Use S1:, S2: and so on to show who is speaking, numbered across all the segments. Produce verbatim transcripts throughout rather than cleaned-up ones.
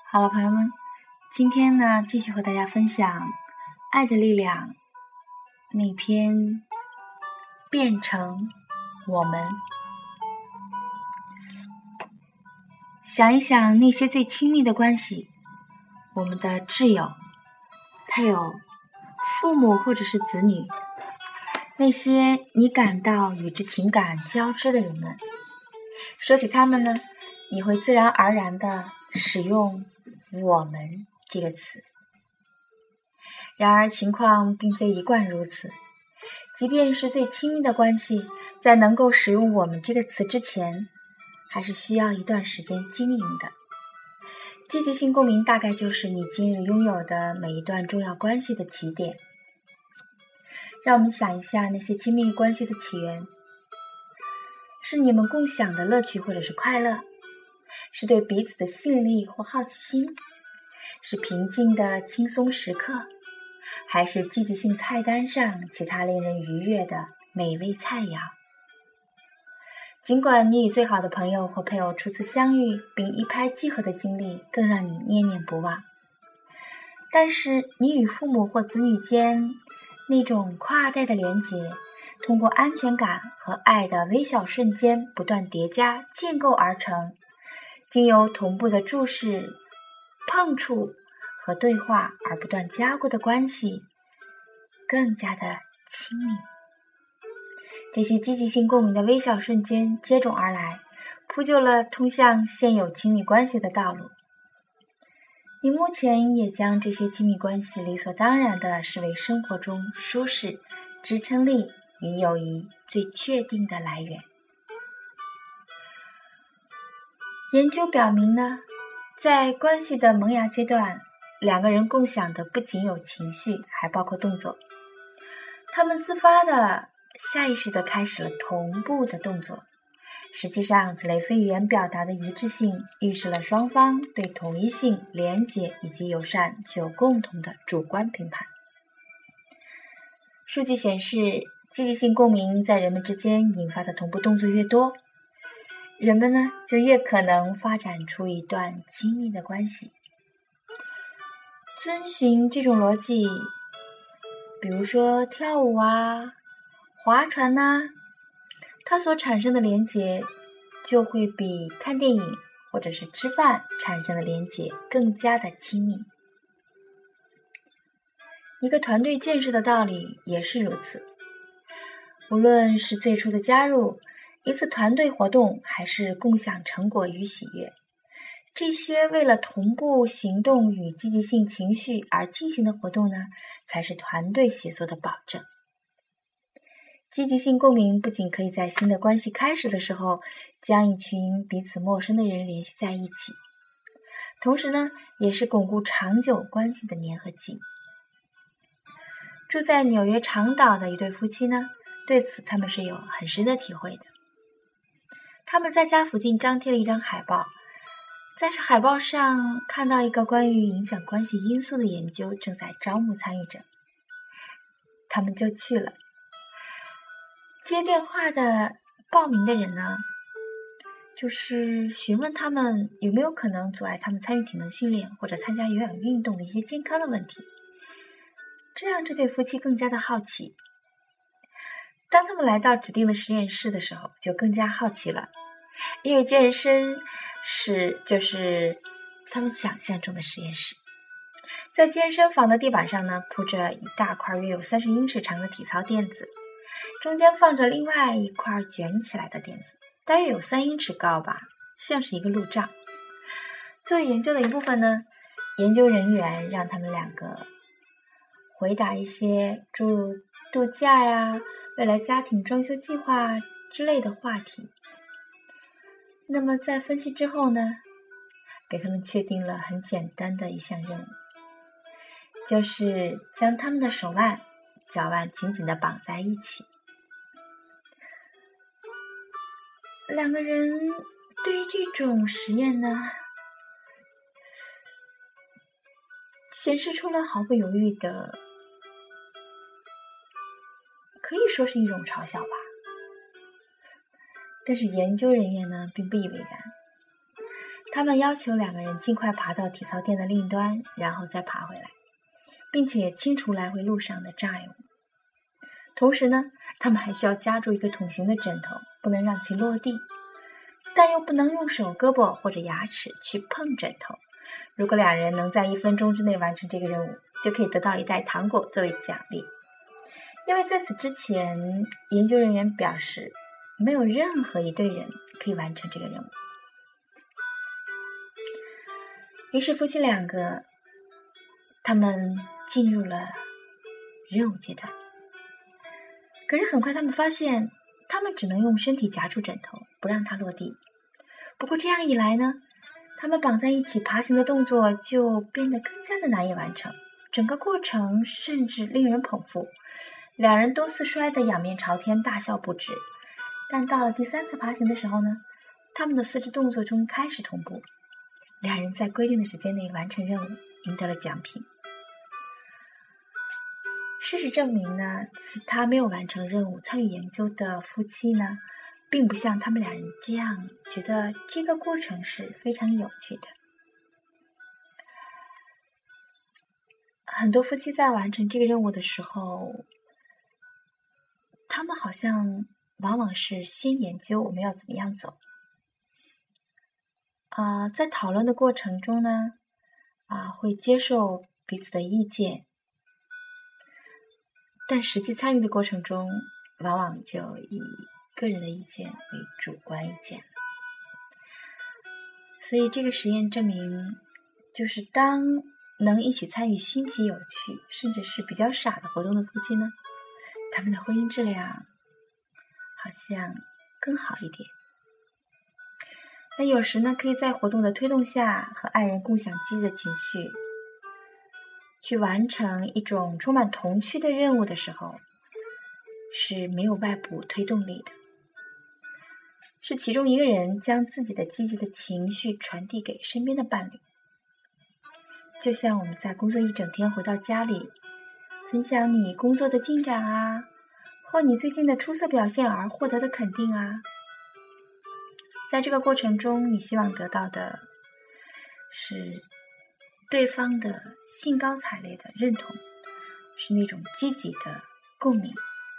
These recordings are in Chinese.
S1: 好了，朋友们，今天呢，继续和大家分享《爱的力量》那篇变成我们。想一想那些最亲密的关系，我们的挚友、配偶、父母或者是子女，那些你感到与之情感交织的人们，说起他们呢，你会自然而然地使用我们这个词。然而情况并非一贯如此，即便是最亲密的关系，在能够使用我们这个词之前，还是需要一段时间经营的。积极性共鸣大概就是你今日拥有的每一段重要关系的起点。让我们想一下那些亲密关系的起源，是你们共享的乐趣或者是快乐，是对彼此的吸引力或好奇心，是平静的轻松时刻，还是积极性菜单上其他令人愉悦的美味菜肴。尽管你与最好的朋友或配偶初次相遇并一拍即合的经历更让你念念不忘，但是你与父母或子女间那种跨代的连结，通过安全感和爱的微小瞬间不断叠加建构而成，经由同步的注视、碰触和对话而不断加固的关系，更加的亲密。这些积极性共鸣的微小瞬间接踵而来，铺就了通向现有亲密关系的道路。你目前也将这些亲密关系理所当然地视为生活中舒适、支撑力与友谊最确定的来源。研究表明呢，在关系的萌芽阶段，两个人共享的不仅有情绪，还包括动作。他们自发的、下意识的开始了同步的动作。实际上，此类非语言表达的一致性预示了双方对统一性、连结以及友善具有共同的主观评判。数据显示，积极性共鸣在人们之间引发的同步动作越多，人们呢就越可能发展出一段亲密的关系。遵循这种逻辑，比如说跳舞啊、划船啊，它所产生的连结就会比看电影或者是吃饭产生的连结更加的亲密。一个团队建设的道理也是如此，无论是最初的加入、一次团队活动，还是共享成果与喜悦，这些为了同步行动与积极性情绪而进行的活动呢，才是团队协作的保证。积极性共鸣不仅可以在新的关系开始的时候将一群彼此陌生的人联系在一起，同时呢，也是巩固长久关系的粘合剂。住在纽约长岛的一对夫妻呢，对此他们是有很深的体会的。他们在家附近张贴了一张海报，在海报上看到一个关于影响关系因素的研究正在招募参与者，他们就去了。接电话的报名的人呢，就是询问他们有没有可能阻碍他们参与体能训练或者参加有氧运动的一些健康的问题，这让这对夫妻更加的好奇。当他们来到指定的实验室的时候，就更加好奇了，因为健身室就是他们想象中的实验室。在健身房的地板上呢，铺着一大块约有三十英尺长的体操垫子，中间放着另外一块卷起来的垫子，大约有三英尺高吧，像是一个路障。作为研究的一部分呢，研究人员让他们两个回答一些诸如度假呀、未来家庭装修计划之类的话题。那么在分析之后呢，给他们确定了很简单的一项任务，就是将他们的手腕、脚腕紧紧地绑在一起。两个人对于这种实验呢，显示出了毫不犹豫的，可以说是一种嘲笑吧。但是研究人员呢，并不以为然。 他们要求两个人尽快爬到体操垫的另一端，然后再爬回来，并且清除来回路上的障碍物。同时呢，他们还需要夹住一个桶形的枕头，不能让其落地，但又不能用手、胳膊或者牙齿去碰枕头。如果两人能在一分钟之内完成这个任务，就可以得到一袋糖果作为奖励。因为在此之前，研究人员表示，没有任何一对人可以完成这个任务。于是夫妻两个，他们进入了任务阶段。可是很快他们发现，他们只能用身体夹住枕头，不让它落地。不过这样一来呢，他们绑在一起爬行的动作就变得更加的难以完成，整个过程甚至令人捧腹。两人多次摔得仰面朝天，大笑不止。但到了第三次爬行的时候呢，他们的四肢动作中开始同步，两人在规定的时间内完成任务，赢得了奖品。事实证明呢，其他没有完成任务参与研究的夫妻呢，并不像他们两人这样觉得这个过程是非常有趣的。很多夫妻在完成这个任务的时候，他们好像往往是先研究我们要怎么样走。啊、呃，在讨论的过程中呢，啊、呃，会接受彼此的意见，但实际参与的过程中，往往就以个人的意见为主观意见了。所以这个实验证明，就是当能一起参与新奇有趣甚至是比较傻的活动的夫妻呢，他们的婚姻质量好像更好一点。那有时呢，可以在活动的推动下和爱人共享积极的情绪，去完成一种充满童趣的任务的时候，是没有外部推动力的，是其中一个人将自己的积极的情绪传递给身边的伴侣。就像我们在工作一整天回到家里，分享你工作的进展啊，或你最近的出色表现而获得的肯定啊。在这个过程中，你希望得到的是对方的兴高采烈的认同，是那种积极的共鸣，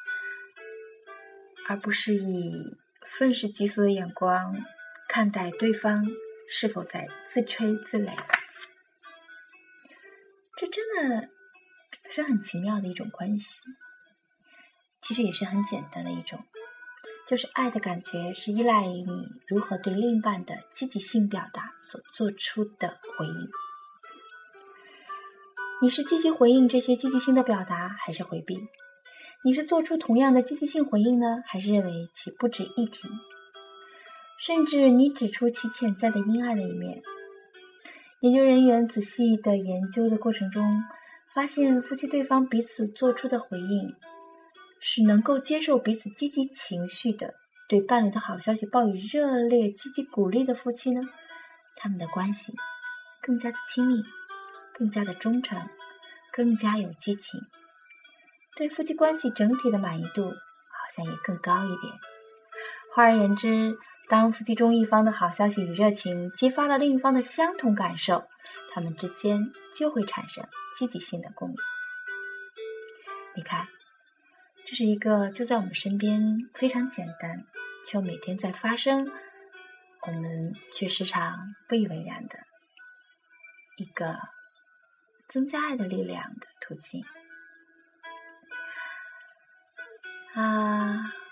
S1: 而不是以愤世嫉俗的眼光看待对方是否在自吹自擂。这真的是很奇妙的一种关系，其实也是很简单的一种，就是爱的感觉是依赖于你如何对另一半的积极性表达所做出的回应。你是积极回应这些积极性的表达，还是回避？你是做出同样的积极性回应呢，还是认为其不值一提？甚至你指出其潜在的阴暗的一面。研究人员仔细的研究的过程中，发现夫妻对方彼此做出的回应是能够接受彼此积极情绪的，对伴侣的好消息抱以热烈积极鼓励的夫妻呢，他们的关系更加的亲密，更加的忠诚，更加有激情，对夫妻关系整体的满意度好像也更高一点。换而言之，当夫妻中一方的好消息与热情激发了另一方的相同感受，他们之间就会产生积极性的共鸣。你看，这是一个就在我们身边非常简单却每天在发生，我们却时常不以为然的一个增加爱的力量的途径啊。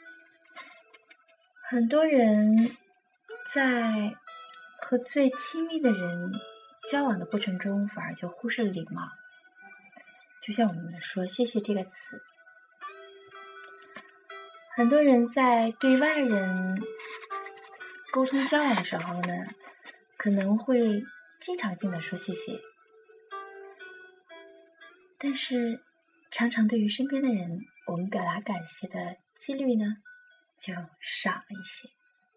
S1: 很多人在和最亲密的人交往的过程中，反而就忽视了礼貌。就像我们说谢谢这个词，很多人在对外人沟通交往的时候呢，可能会经常性的说谢谢，但是常常对于身边的人，我们表达感谢的几率呢就少了一些。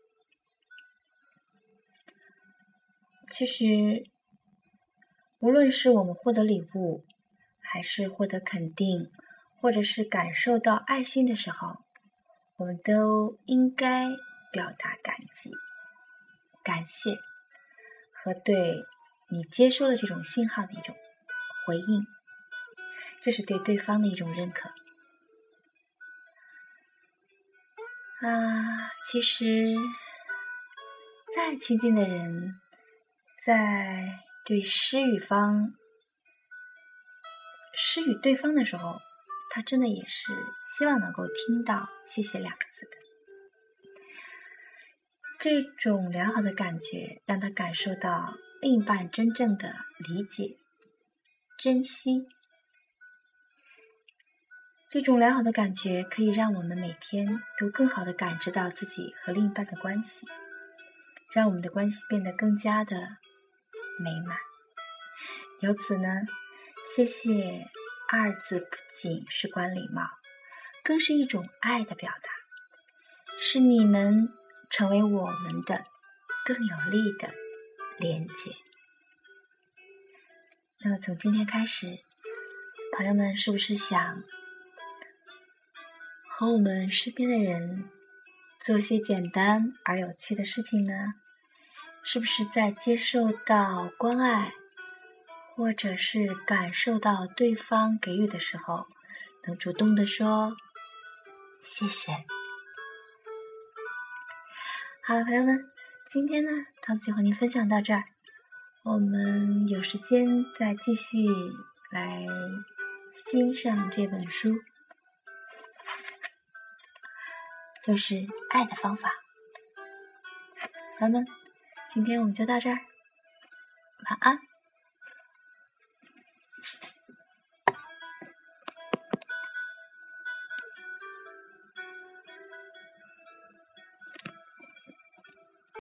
S1: 其实无论是我们获得礼物，还是获得肯定，或者是感受到爱心的时候，我们都应该表达感激、感谢， 和对你接收了这种信号的一种回应，这是对对方的一种认可。啊，其实再亲近的人，在对施予方施予对方的时候，他真的也是希望能够听到谢谢两个字的。这种良好的感觉让他感受到另一半真正的理解、珍惜。这种良好的感觉可以让我们每天都更好地感知到自己和另一半的关系，让我们的关系变得更加的美满。由此呢，谢谢二字不仅是关礼貌，更是一种爱的表达，是你们成为我们的更有力的连接。那么从今天开始，朋友们是不是想和我们身边的人做些简单而有趣的事情呢？是不是在接受到关爱或者是感受到对方给予的时候，能主动的说谢谢？好了，朋友们，今天呢，桃子就和您分享到这儿，我们有时间再继续来欣赏这本书，就是爱的方法。朋友们，今天我们就到这儿，晚安。